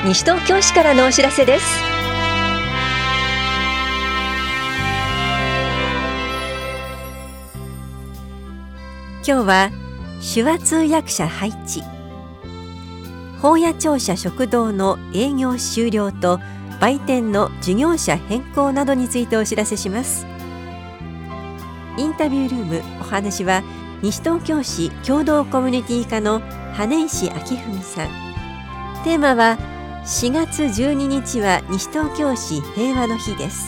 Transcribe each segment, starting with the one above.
西東京市からのお知らせです。今日は手話通訳者配置、宝谷庁舎食堂の営業終了と売店の事業者変更などについてお知らせします。インタビュールーム、お話は西東京市共同コミュニティ課の羽石明文さん。テーマは4月12日は西東京市平和の日です。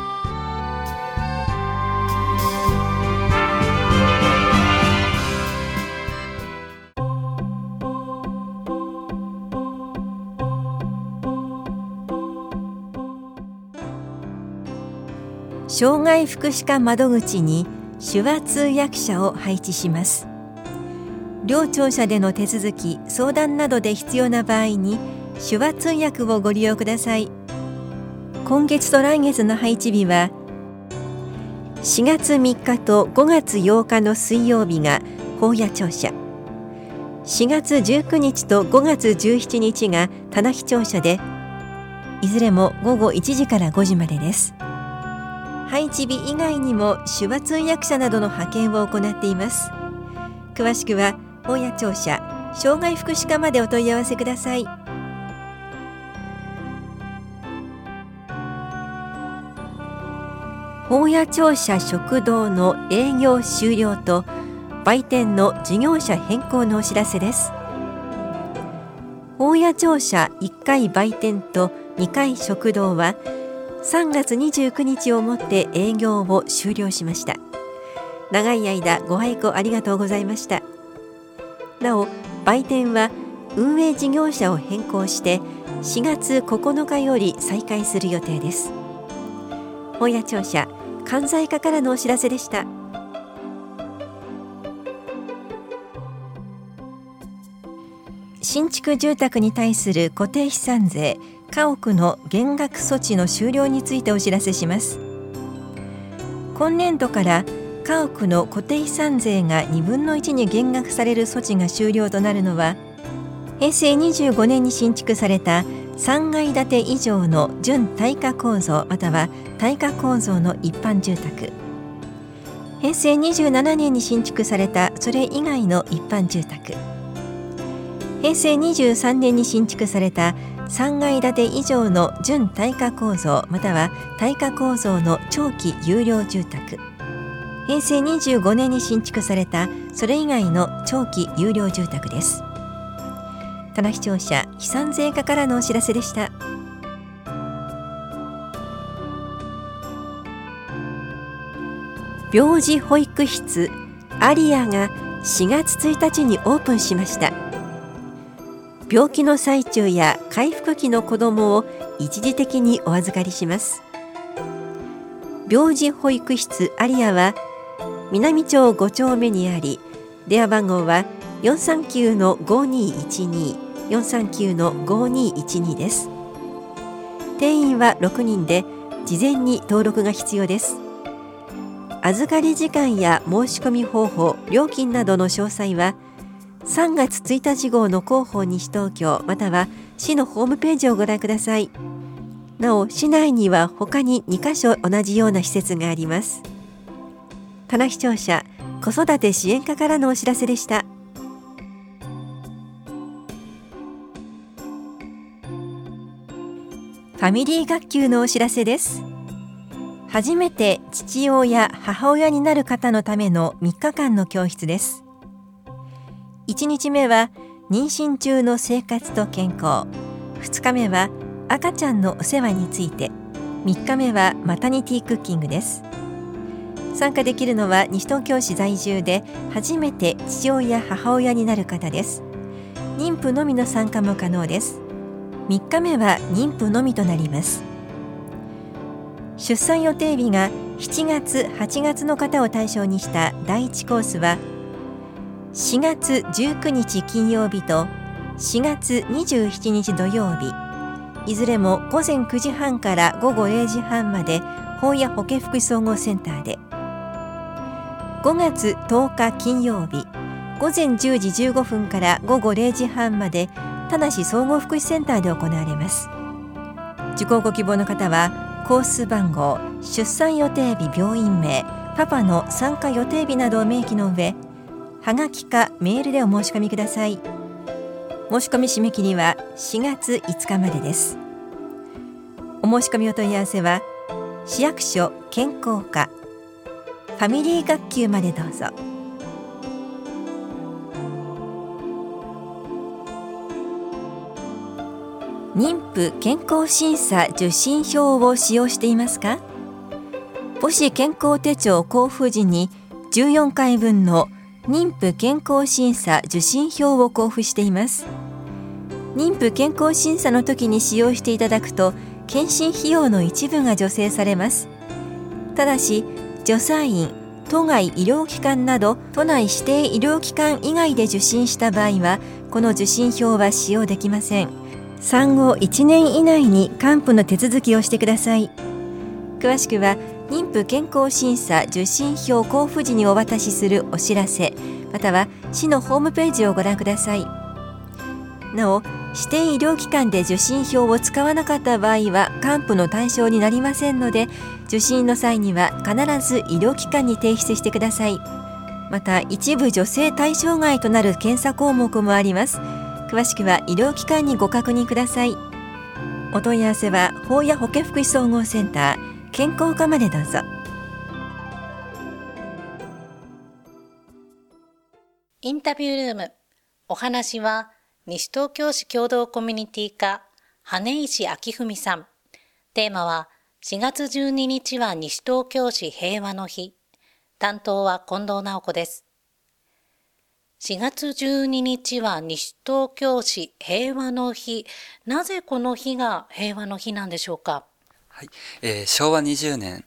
障害福祉課窓口に手話通訳者を配置します。両庁舎での手続き、相談などで必要な場合に手話通訳をご利用ください。今月と来月の配置日は4月3日と5月8日の水曜日が宝谷庁舎、4月19日と5月17日が田無庁舎で、いずれも午後1時から5時までです。配置日以外にも手話通訳者などの派遣を行っています。詳しくは宝谷庁舎障害福祉課までお問い合わせください。宝谷庁舎食堂の営業終了と売店の事業者変更のお知らせです。宝谷庁舎1階売店と2階食堂は3月29日をもって営業を終了しました。長い間ご愛顧ありがとうございました。なお、売店は運営事業者を変更して4月9日より再開する予定です。宝谷庁舎関西課からのお知らせでした。新築住宅に対する固定資産税家屋の減額措置の終了についてお知らせします。今年度から家屋の固定資産税が2分の1に減額される措置が終了となるのは、平成25年に新築された3階建て以上の準耐火構造または耐火構造の一般住宅、平成27年に新築されたそれ以外の一般住宅、平成23年に新築された3階建て以上の準耐火構造または耐火構造の長期有料住宅、平成25年に新築されたそれ以外の長期有料住宅です。田無庁舎飛散税課からのお知らせでした。病児保育室アリアが4月1日にオープンしました。病気の最中や回復期の子どもを一時的にお預かりします。病児保育室アリアは南町5丁目にあり、電話番号は 439-5212 439-5212 です。定員は6人で事前に登録が必要です。預かり時間や申し込み方法、料金などの詳細は3月1日号の広報西東京または市のホームページをご覧ください。なお、市内には他に2カ所同じような施設があります。田無庁舎子育て支援課からのお知らせでした。ファミリー学級のお知らせです。初めて父親母親になる方のための3日間の教室です。1日目は妊娠中の生活と健康、2日目は赤ちゃんのお世話について、3日目はマタニティクッキングです。参加できるのは西東京市在住で初めて父親母親になる方です。妊婦のみの参加も可能です。3日目は妊婦のみとなります。出産予定日が7月8月の方を対象にした第1コースは4月19日金曜日と4月27日土曜日、いずれも午前9時半から午後0時半まで宝谷保健福祉総合センターで、5月10日金曜日午前10時15分から午後0時半まで田無総合福祉センターで行われます。受講ご希望の方はコース番号、出産予定日、病院名、パパの参加予定日などを明記の上、はがきかメールでお申し込みください。申し込み締め切りは4月5日までです。お申し込みお問い合わせは市役所健康課ファミリー学級までどうぞ。妊婦健康審査受診票を使用していますか？母子健康手帳交付時に14回分の妊婦健康審査受診票を交付しています。妊婦健康審査の時に使用していただくと検診費用の一部が助成されます。ただし助産院、都外医療機関など都内指定医療機関以外で受診した場合はこの受診票は使用できません。産後1年以内に還付の手続きをしてください。詳しくは妊婦健康審査受診票交付時にお渡しするお知らせまたは市のホームページをご覧ください。なお指定医療機関で受診票を使わなかった場合は還付の対象になりませんので、受診の際には必ず医療機関に提出してください。また一部助成対象外となる検査項目もあります。詳しくは医療機関にご確認ください。お問い合わせは保谷保健福祉総合センター健康課までどうぞ。 インタビュールーム。お話は西東京市共同コミュニティ課羽石明文さん。テーマは4月12日は西東京市平和の日。担当は近藤直子です。4月12日は西東京市平和の日。なぜこの日が平和の日なんでしょうか？ はい、昭和20年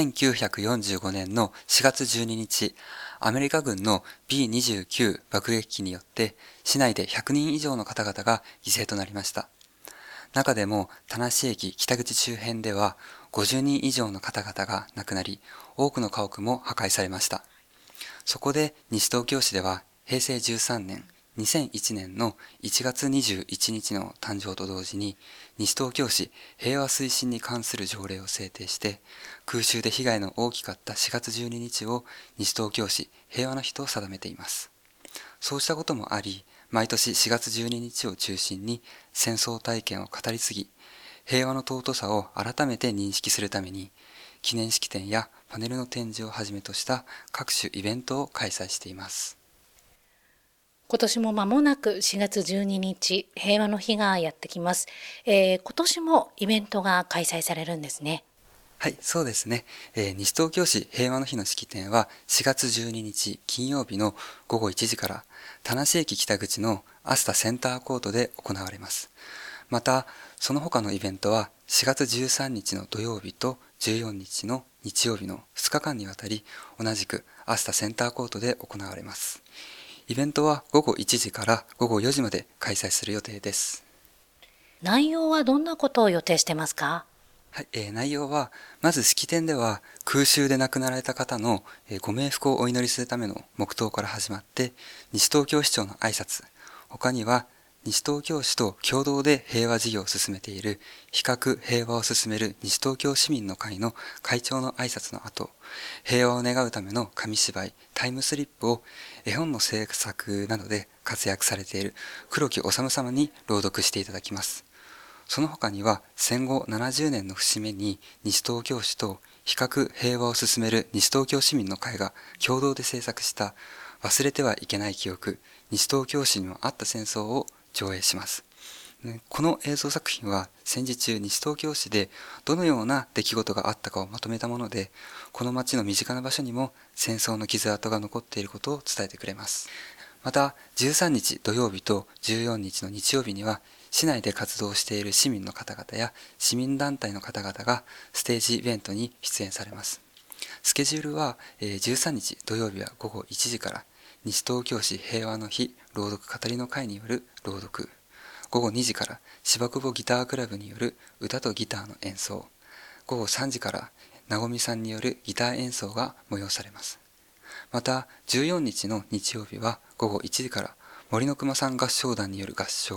1945年の4月12日、アメリカ軍の B-29 爆撃機によって市内で100人以上の方々が犠牲となりました。中でも田無駅北口周辺では50人以上の方々が亡くなり、多くの家屋も破壊されました。そこで西東京市では平成13年、2001年の1月21日の誕生と同時に西東京市平和推進に関する条例を制定して、空襲で被害の大きかった4月12日を西東京市平和の日と定めています。そうしたこともあり、毎年4月12日を中心に戦争体験を語り継ぎ、平和の尊さを改めて認識するために、記念式典やパネルの展示をはじめとした各種イベントを開催しています。 今年も間もなく4月12日、平和の日がやってきます。今年もイベントが開催されるんですね。 はい、そうですね。西東京市平和の日の式典は4月12日金曜日の午後1時から田無駅北口のアスタセンターコートで行われます。また、その他のイベントは4月13日の土曜日と14日の日曜日の2日間にわたり同じくアスタセンターコートで行われます。イベントは午後1時から午後4時まで開催する予定です。 内容はどんなことを予定してますか？ はい、内容は、まず式典では空襲で亡くなられた方のご冥福をお祈りするための黙祷から始まって、西東京市長の挨拶、他には西東京市と共同で平和事業を進めている比較平和を進める西東京市民の会の会長の挨拶の後、平和を願うための紙芝居タイムスリップを絵本の制作などで活躍されている黒木治様に朗読していただきます。その他には戦後70年の節目に西東京市と比較平和を進める西東京市民の会が共同で制作した忘れてはいけない記憶、西東京市にもあった戦争を上映します。この映像作品は戦時中西東京市でどのような出来事があったかをまとめたもので、この街の身近な場所にも戦争の傷跡が残っていることを伝えてくれます。また13日土曜日と14日の日曜日には市内で活動している市民の方々や市民団体の方々がステージイベントに出演されます。スケジュールは13日土曜日は午後1時から西東京市平和の日朗読語りの会による朗読、午後2時から芝久保ギタークラブによる歌とギターの演奏、午後3時からなごみさんによるギター演奏が催されます。また14日の日曜日は午後1時から森の熊さん合唱団による合唱、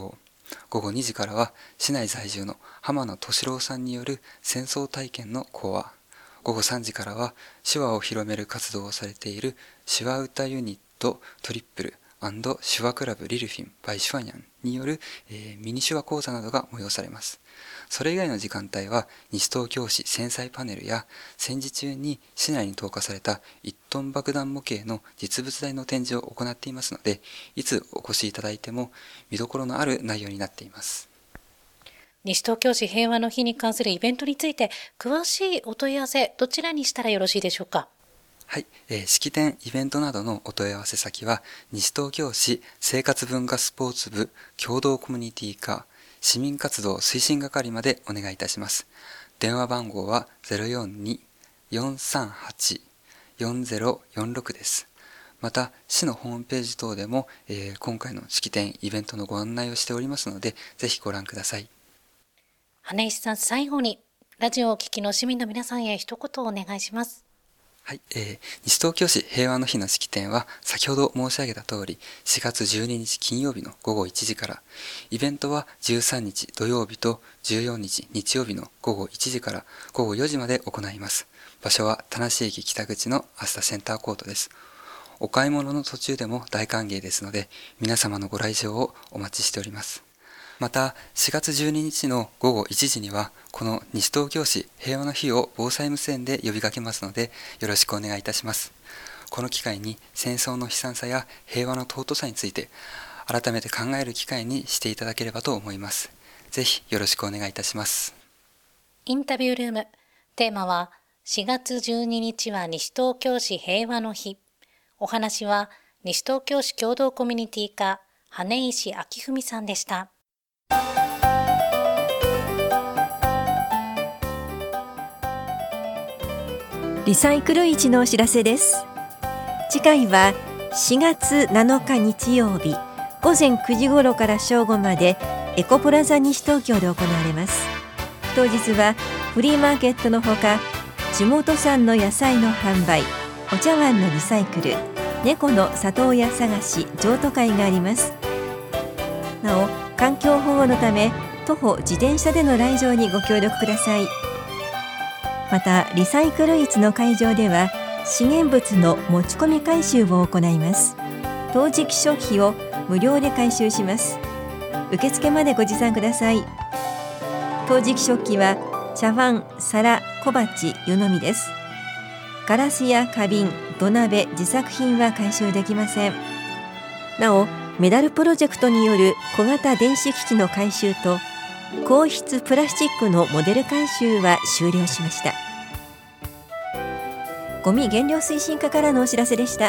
午後2時からは市内在住の浜野俊郎さんによる戦争体験の講話。午後3時からは手話を広める活動をされている手話歌ユニットトリップル&手話クラブリルフィン by 手話ニャンによる、ミニ手話講座などが催されます。それ以外の時間帯は西東京市戦災パネルや戦時中に市内に投下された1トン爆弾模型の実物大の展示を行っていますので、いつお越しいただいても見どころのある内容になっています。 西東京市平和の日に関するイベントについて詳しいお問い合わせどちらにしたらよろしいでしょうか？ はい、式典イベントなどのお問い合わせ先は西東京市生活文化スポーツ部共同コミュニティ課市民活動推進係までお願いいたします。電話番号は 042-438-4046 です。また市のホームページ等でも、今回の式典イベントのご案内をしておりますので、ぜひご覧ください。 羽石さん、最後にラジオをお聞きの市民の皆さんへ一言お願いします。 はい、西東京市平和の日の式典は先ほど申し上げた通り4月12日金曜日の午後1時から、イベントは13日土曜日と14日日曜日の午後1時から午後4時まで行います。場所は田無駅北口のアスタセンターコートです。お買い物の途中でも大歓迎ですので、皆様のご来場をお待ちしております。また4月12日の午後1時にはこの西東京市平和の日を防災無線で呼びかけますので、よろしくお願いいたします。この機会に戦争の悲惨さや平和の尊さについて改めて考える機会にしていただければと思います。ぜひよろしくお願いいたします。 インタビュールーム、テーマは4月12日は西東京市平和の日。お話は西東京市共同コミュニティ課羽石明文さんでした。 リサイクル市のお知らせです。次回は4月7日日曜日午前9時頃から正午までエコプラザ西東京で行われます。当日はフリーマーケットのほか、地元産の野菜の販売、お茶碗のリサイクル、猫の里親探し譲渡会があります。なお、環境保護のため徒歩自転車での来場にご協力ください。またリサイクル市の会場では資源物の持ち込み回収を行います。陶磁器食費を無料で回収します。受付までご持参ください。陶磁器食器は茶碗、皿、小鉢、湯飲みです。ガラスや花瓶、土鍋、自作品は回収できません。なお、メダルプロジェクトによる小型電子機器の回収と硬質プラスチックのモデル回収は終了しました。ゴミ減量推進課からのお知らせでした。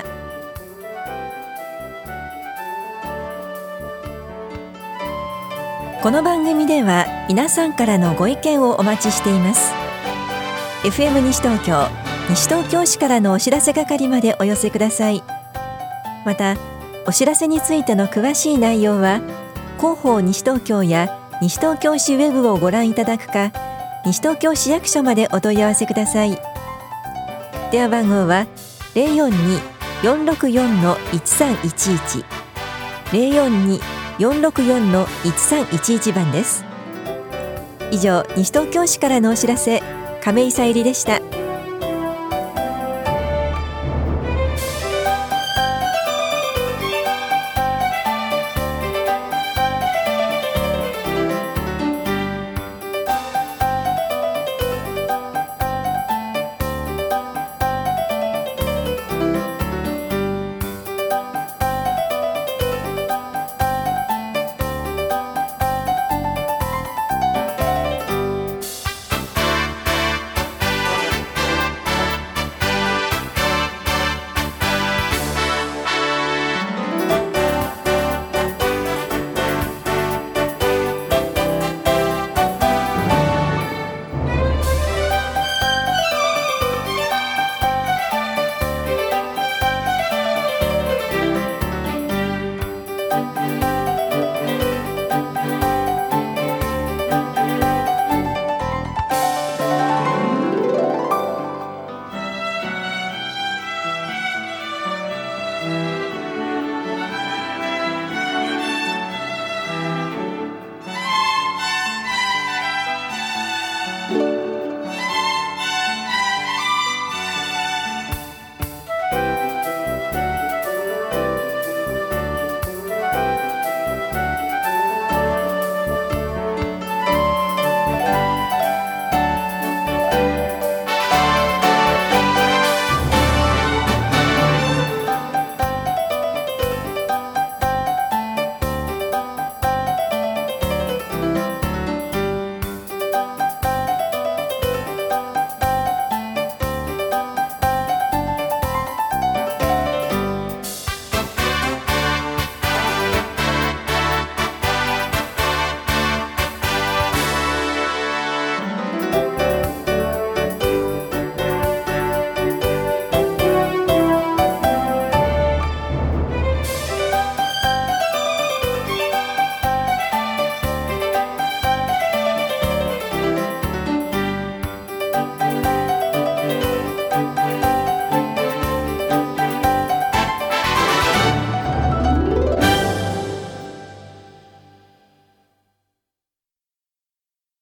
この番組では皆さんからのご意見をお待ちしています。 FM 西東京、西東京市からのお知らせ係までお寄せください。またお知らせについての詳しい内容は広報西東京や西東京市ウェブをご覧いただくか、西東京市役所までお問い合わせください。電話番号は 042-464-1311 042-464-1311 番です。以上、西東京市からのお知らせ、亀井さゆりでした。